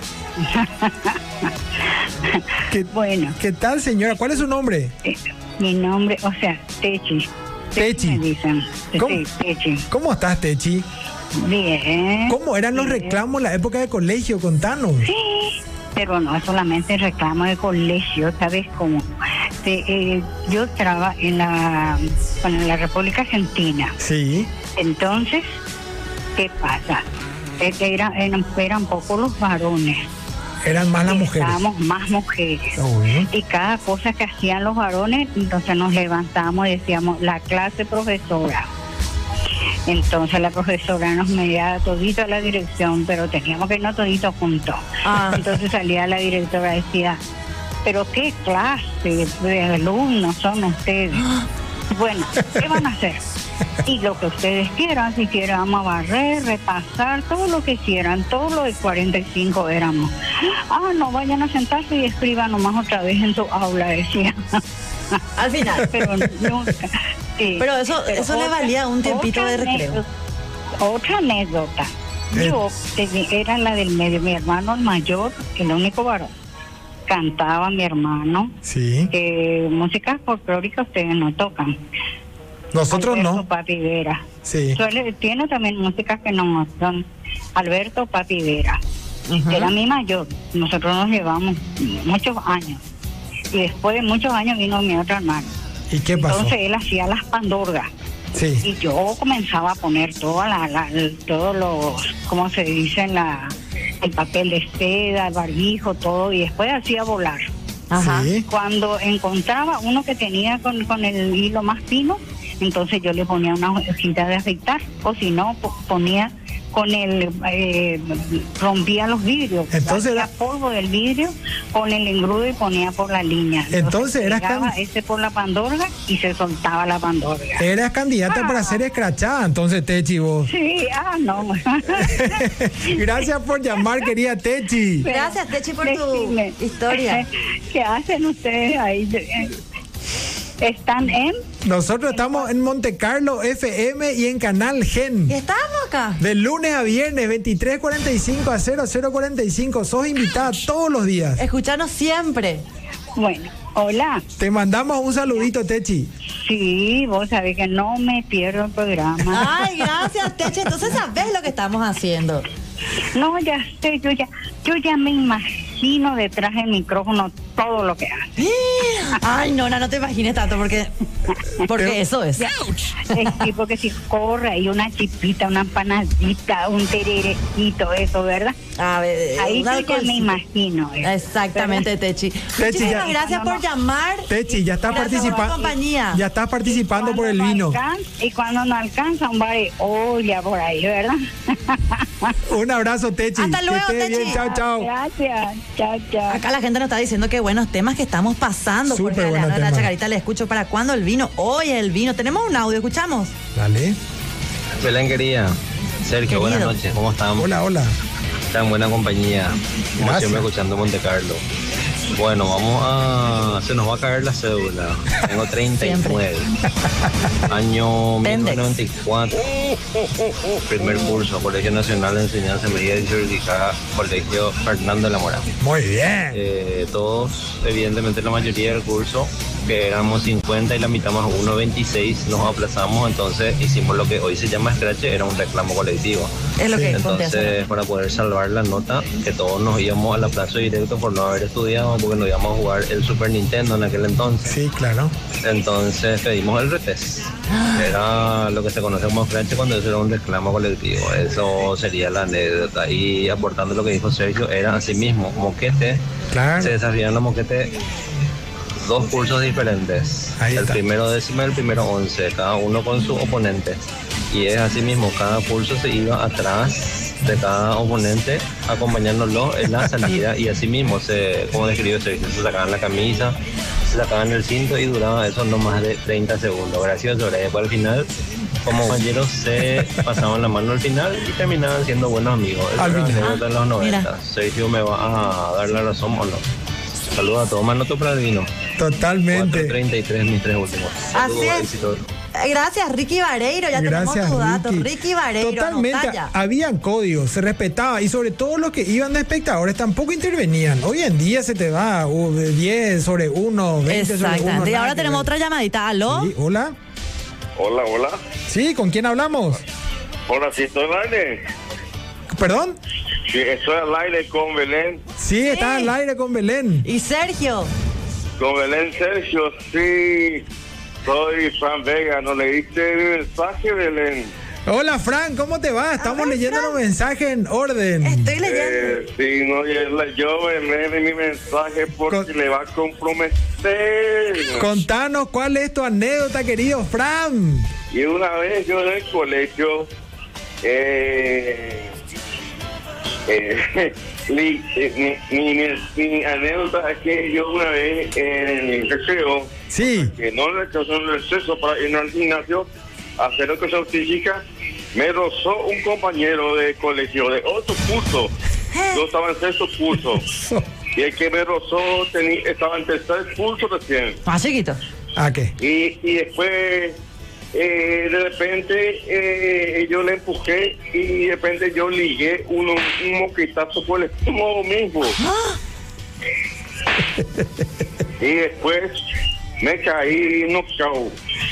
¿Qué, Bueno, ¿Qué tal, señora? ¿Cuál es su nombre? eh, mi nombre, o sea, Techi. Techi. Me dicen. ¿Cómo? Sí, Techi. ¿Cómo estás, Techi? Bien. ¿Cómo eran los bien. reclamos en la época de colegio? Contanos. Sí, pero no es solamente reclamo de colegio, ¿sabes cómo? Te- eh, yo estaba en la, bueno, en la República Argentina. Sí. Entonces, ¿qué pasa? Eh, Era, eran, eran pocos los varones. Eran más las mujeres. Estábamos más mujeres. Oh, bien. Y cada cosa que hacían los varones, entonces nos levantamos y decíamos, la clase profesora. Entonces la profesora nos medía todito a la dirección, pero teníamos que irnos toditos juntos. Ah. Entonces salía la directora y decía, pero qué clase de alumnos son ustedes. Bueno, ¿qué van a hacer? Y lo que ustedes quieran, si quieran vamos a barrer, repasar, todo lo que quieran, todo lo de cuarenta y cinco éramos. Ah, no, vayan a sentarse y escriban nomás otra vez en su aula, decía. Al final. Pero nunca. Sí. Pero eso, Pero eso le otra- valía un tiempito otra de recreo. anécdota- Otra anécdota. Eh. Yo tenía- era la del medio, mi hermano el mayor, el único varón. Cantaba mi hermano. Sí. Eh, música folclórica ustedes no tocan. Nosotros Alberto no. Papi Vera. Sí. Suele- tiene también músicas que no son. Alberto Papi Vera. Ujú. Era mi mayor. Nosotros nos llevamos muchos años. Y después de muchos años vino mi otro hermano. ¿Y qué pasó? Entonces él hacía las pandorgas. Sí. Y yo comenzaba a poner toda la, la- el- todos los, ¿cómo se dice? La, el papel de seda, el barbijo, todo. Y después hacía volar. Ajá. Sí. Cuando encontraba uno que tenía con, con el hilo más fino, entonces yo le ponía una hojita de afeitar, o si no, po- ponía con el, eh, rompía los vidrios, Entonces hacía era- polvo del vidrio con el engrudo y ponía por la línea. Entonces eras pegaba can- ese por la pandorga y se soltaba la pandorga. Eras candidata Ah. para ser escrachada, entonces, Techi, vos. Sí, ah, no. Gracias por llamar, querida Techi. Gracias, Techi, por Decime, tu historia. ¿Qué hacen ustedes ahí? ¿Están en? Nosotros estamos en Monte Carlo F M y en Canal Gen. ¿Y estamos acá? De lunes a viernes, veintitrés cuarenta y cinco a cero cero cuarenta y cinco. Sos invitada todos los días. Escuchanos siempre. Bueno, hola. Te mandamos un saludito, Techi. Sí, vos sabés que no me pierdo el programa. Ay, gracias, Techi. Entonces sabes lo que estamos haciendo. No, ya sé, yo ya, yo ya me imagino detrás del micrófono todo lo que hace. Ay, no, no, no te imagines tanto porque, porque eso es. Es tipo que si corre ahí una chipita, una empanadita, un tererecito, eso, ¿verdad? A ver, Ahí un yo ya alcoholcito. me imagino. ¿eh? Exactamente, Techi. Muchísimas ya- gracias No, no, por no. llamar. Techi, ya estás Gracias por tu participando. compañía. Ya estás participando por el Cuando no vino. alcanza- y cuando no alcanza un bar de olla por ahí, ¿verdad? Un abrazo, Techi. Hasta luego, que estés Techi. bien. Chao, chao. Gracias. Chao, chao. Acá la gente nos está diciendo que buenos temas que estamos pasando. Súper Jorge buenos Alejandro de la temas. Chacarita, le escucho. ¿Para cuándo el vino? Hoy el vino. Tenemos un audio, escuchamos. Dale. Belén querida, Sergio, Querido. buenas noches, ¿cómo están? Hola, hola. Está en buena compañía, como Gracias. siempre escuchando Monte Carlo. Bueno, vamos a... se nos va a caer la cédula. Tengo treinta y nueve. Año Pendex. mil novecientos noventa y cuatro. Primer curso, Colegio Nacional de Enseñanza Media y Jurídica, Colegio Fernando de la Mora. Muy bien. Eh, todos, evidentemente la mayoría del curso, que éramos cincuenta y la mitad más uno, veintiséis, nos aplazamos, entonces hicimos lo que hoy se llama Scratch, era un reclamo colectivo. Es lo Sí. que conté hace Entonces, rato. para poder salvar la nota, que todos nos íbamos al aplazo directo por no haber estudiado, porque nos íbamos a jugar el Super Nintendo en aquel entonces. Sí, claro. Entonces pedimos el retest. Era lo que se conoce como Scratch cuando eso era un reclamo colectivo. Eso sería la anécdota. Y aportando lo que dijo Sergio, era así mismo, moquete. Claro. Se desarrollaron los moquetes dos cursos diferentes. Ahí el está. primero décimo y el primero once, cada uno con su oponente. Y es así mismo, cada curso se iba atrás de cada oponente acompañándolo en la salida y así mismo, se, como describió Sergio, se sacaban la camisa, se sacaban el cinto y duraba eso no más de treinta segundos. Gracioso, ¿verdad? Después al final, como compañeros se pasaban la mano al final y terminaban siendo buenos amigos. Eso Al era final. anécdota de los noventa. Mira. Sergio me va a dar la razón o no. Saludos a todos, más noto para el vino. Totalmente. cuatro treinta y tres mis tres últimos. Saludos, Así es. éxito. Gracias, Ricky Vareiro. Ya Gracias, tenemos tus datos. Ricky. Ricky Vareiro. Totalmente. anotá ya. Habían códigos, se respetaba y sobre todo los que iban de espectadores tampoco intervenían. Hoy en día se te va uh, de diez sobre uno, veinte sobre uno. Exactamente. Y nada ahora que tenemos ver. otra llamadita. ¿Aló? Sí, hola. Hola, hola. Sí, ¿con quién hablamos? Hola, sí, estoy al aire. ¿Perdón? Sí, estoy al aire con Belén. Sí, está al aire con Belén. Y Sergio. Con Belén Sergio, sí. Soy Fran Vega. ¿No leíste el mensaje, Belén? Hola, Fran, ¿cómo te va? Estamos ver, leyendo Fran. los mensajes en orden. Estoy leyendo. Eh, sí, no, yo, yo me leí mi mensaje porque Con- le va a comprometer. Contanos cuál es tu anécdota, querido Fran. Y una vez yo en el colegio, eh, eh, li- eh, mi, mi, mi- mi anécdota es que yo una vez en el recreo, Sí, que no le causó el exceso para ir al gimnasio, hacer educación física, me rozó un compañero de colegio de otro curso. Yo estaba en sexto curso. Y el que me rozó tenía, estaba en tercer curso recién. Más chiquito. ¿A qué? Y, y después, eh, de repente, eh, yo le empujé y de repente yo ligué uno, un moquetazo por el estómago mismo. ¡Ah! Y después me caí y no caí.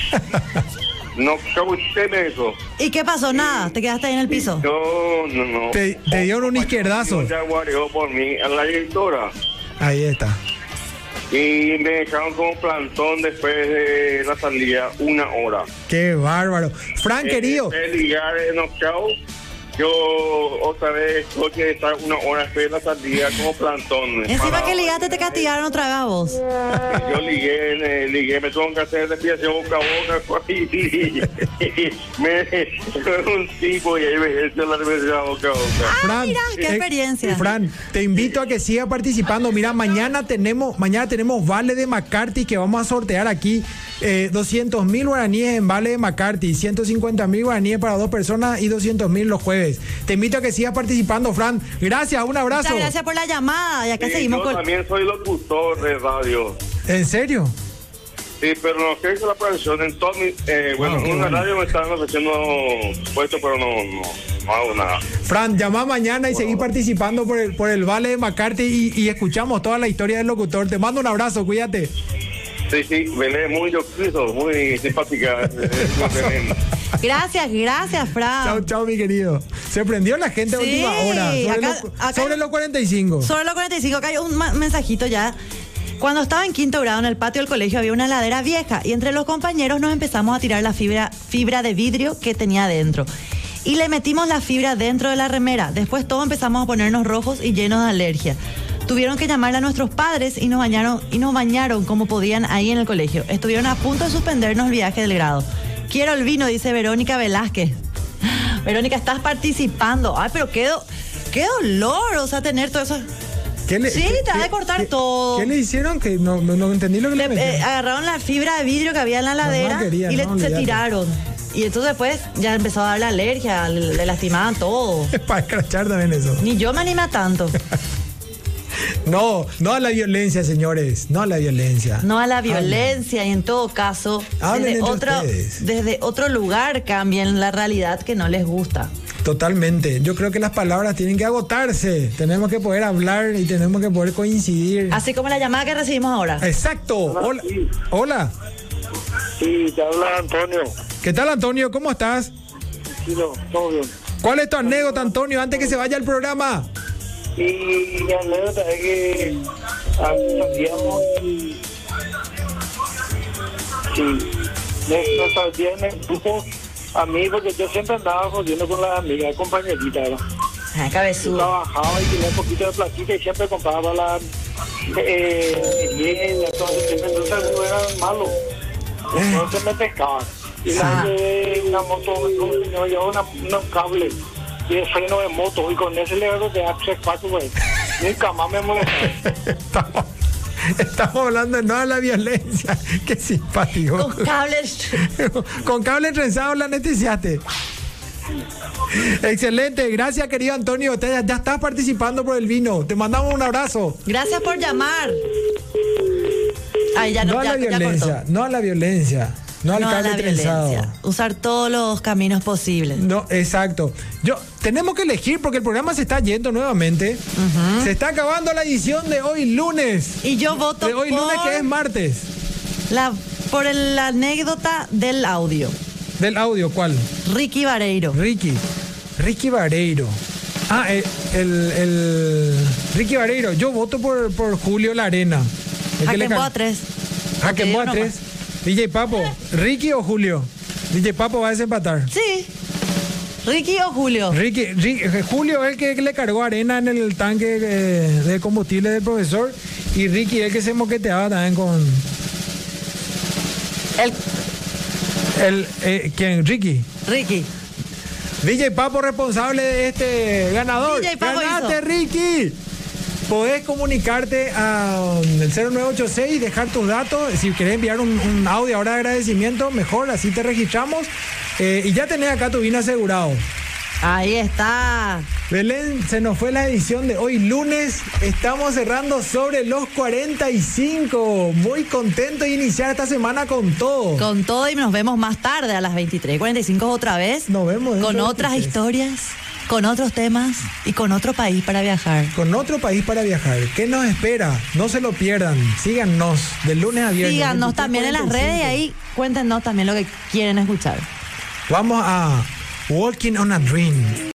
No caí eso. ¿Y qué pasó? Nada, te quedaste ahí en el piso. No, no, no. Te, te dieron un izquierdazo. Ya guareó por mí a la directora. Ahí está. Y me dejaron como plantón después de la salida, una hora. Qué bárbaro. Fran, querido. De ligar en knockout, yo otra vez tuve que estar una hora después de la salida como plantón. Encima que ligaste te castigaron otra vez a vos. Yo ligué, eh, ligué, me tuve que hacer respiración boca a boca y, y, y me fue un tipo y ahí me hice la respiración boca a boca. Fran, mira, qué experiencia. Fran, te invito a que sigas participando. Mira, mañana tenemos, mañana tenemos vale de McCarthy que vamos a sortear aquí. Eh, doscientos mil guaraníes en vale de McCarthy, ciento cincuenta mil guaraníes para dos personas y doscientos mil los jueves. Te invito a que sigas participando, Fran. Gracias, un abrazo. Muchas gracias por la llamada. Y acá Sí, seguimos yo con. también soy locutor de radio. ¿En serio? Sí, pero no sé si la profesión en todo mi, eh, bueno, Ah, qué en una bueno. radio me están ofreciendo puestos, pero no, no, no hago nada. Fran, llama mañana y Bueno, seguí bueno. participando por el, por el vale de McCarthy y, y escuchamos toda la historia del locutor. Te mando un abrazo, cuídate. Sí, sí, Belén, muy yocriso, muy simpática. es- es muy tremenda. Gracias, gracias, Fran. Chao, chao, mi querido. Se prendió la gente a Sí, última hora. Sobre, acá- los, acá- sobre los cuarenta y cinco. Sobre los cuarenta y cinco, acá hay un ma- mensajito ya. Cuando estaba en quinto grado en el patio del colegio había una ladera vieja y entre los compañeros nos empezamos a tirar la fibra, fibra de vidrio que tenía adentro. Y le metimos la fibra dentro de la remera. Después todos empezamos a ponernos rojos y llenos de alergia. Tuvieron que llamar a nuestros padres y nos bañaron, y nos bañaron como podían ahí en el colegio. Estuvieron a punto de suspendernos el viaje del grado. Quiero el vino, dice Verónica Velázquez. Verónica, estás participando. Ay, pero qué, do- qué dolor, o sea, tener todo eso. ¿Qué le, Sí, qué- te vas a qué- cortar qué- todo. ¿Qué le hicieron? Que no, no, no entendí lo que le, Le- eh, metieron. agarraron la fibra de vidrio que había en la ladera quería, y le, no, se olvídate. tiraron. Y entonces después ya empezó a dar la alergia, le, le lastimaban todo. Es para escrachar también eso. Ni yo me animé a tanto. No, no a la violencia, señores. No a la violencia. No a la Hablen. violencia y en todo caso, Hablen desde entre otro, ustedes. desde otro lugar cambien la realidad que no les gusta. Totalmente. Yo creo que las palabras tienen que agotarse. Tenemos que poder hablar y tenemos que poder coincidir. Así como la llamada que recibimos ahora. Exacto. Hola. sí. Hola. Sí, te habla Antonio. ¿Qué tal, Antonio? ¿Cómo estás? Sí, no, todo bien. ¿Cuál es tu anécdota, Antonio, antes que se vaya el programa? Y mi anécdota es que salíamos y sí, me, me salía en el grupo a mí porque yo siempre andaba jodiendo con las amigas, compañeritas, ¿no? Ay, Yo cabezudo. trabajaba y tenía un poquito de platita y siempre compraba la eh, merienda, entonces siempre entonces algunos eran malos, entonces me pescaban. Y la Ah. de una moto, un señor llevaba una, unos cables y el freno de moto y con ese le hago de tres cuatro, güey. Nunca más me molestaba. Estamos, estamos hablando de no a la violencia. Qué simpático. Con cables. Con cable trenzado la anestesiaste. Excelente, gracias querido Antonio. Te- ya estás participando por el vino. Te mandamos un abrazo. Gracias por llamar. Ay, ya no, No a ya, la ya violencia, cortó. no a la violencia, no al No a cable la trenzado. violencia. Usar todos los caminos posibles. No, exacto. Yo tenemos que elegir porque el programa se está yendo nuevamente. Se está acabando la edición de hoy lunes. Y yo voto De hoy por, lunes que es martes. la, por el- la anécdota del audio. Del audio, ¿cuál? Ricky Vareiro. Ricky. Ricky Vareiro. Ah, el, el, el- Ricky Vareiro. Yo voto por, por Julio Larena. El que le Jaquembo ca- a tres. Jaquembo a Te digo tres. D J Papo. ¿Ricky o Julio? D J Papo va a desempatar. Sí. Ricky o Julio. Ricky, Ri- Julio es el que le cargó arena en el tanque eh, de combustible del profesor. Y Ricky es el que se moqueteaba también con. El El, eh, ¿Quién? Ricky. Ricky. D J Papo responsable de este ganador. D J Papo ¡Ganaste, hizo. Ricky! podés comunicarte al cero nueve ocho seis, dejar tus datos. Si querés enviar un, un audio ahora de agradecimiento, mejor, así te registramos. Eh, y ya tenés acá tu vino asegurado. Ahí está. Belén, se nos fue la edición de hoy lunes. Estamos cerrando sobre los cuarenta y cinco. Muy contento de iniciar esta semana con todo. Con todo, y nos vemos más tarde a las veintitrés cuarenta y cinco otra vez. Nos vemos. Con otras veintitrés historias, con otros temas y con otro país para viajar. Con otro país para viajar. ¿Qué nos espera? No se lo pierdan. Síganos de lunes a viernes. Síganos también en las redes y ahí cuéntenos también lo que quieren escuchar. Vamos a Walking on a Dream.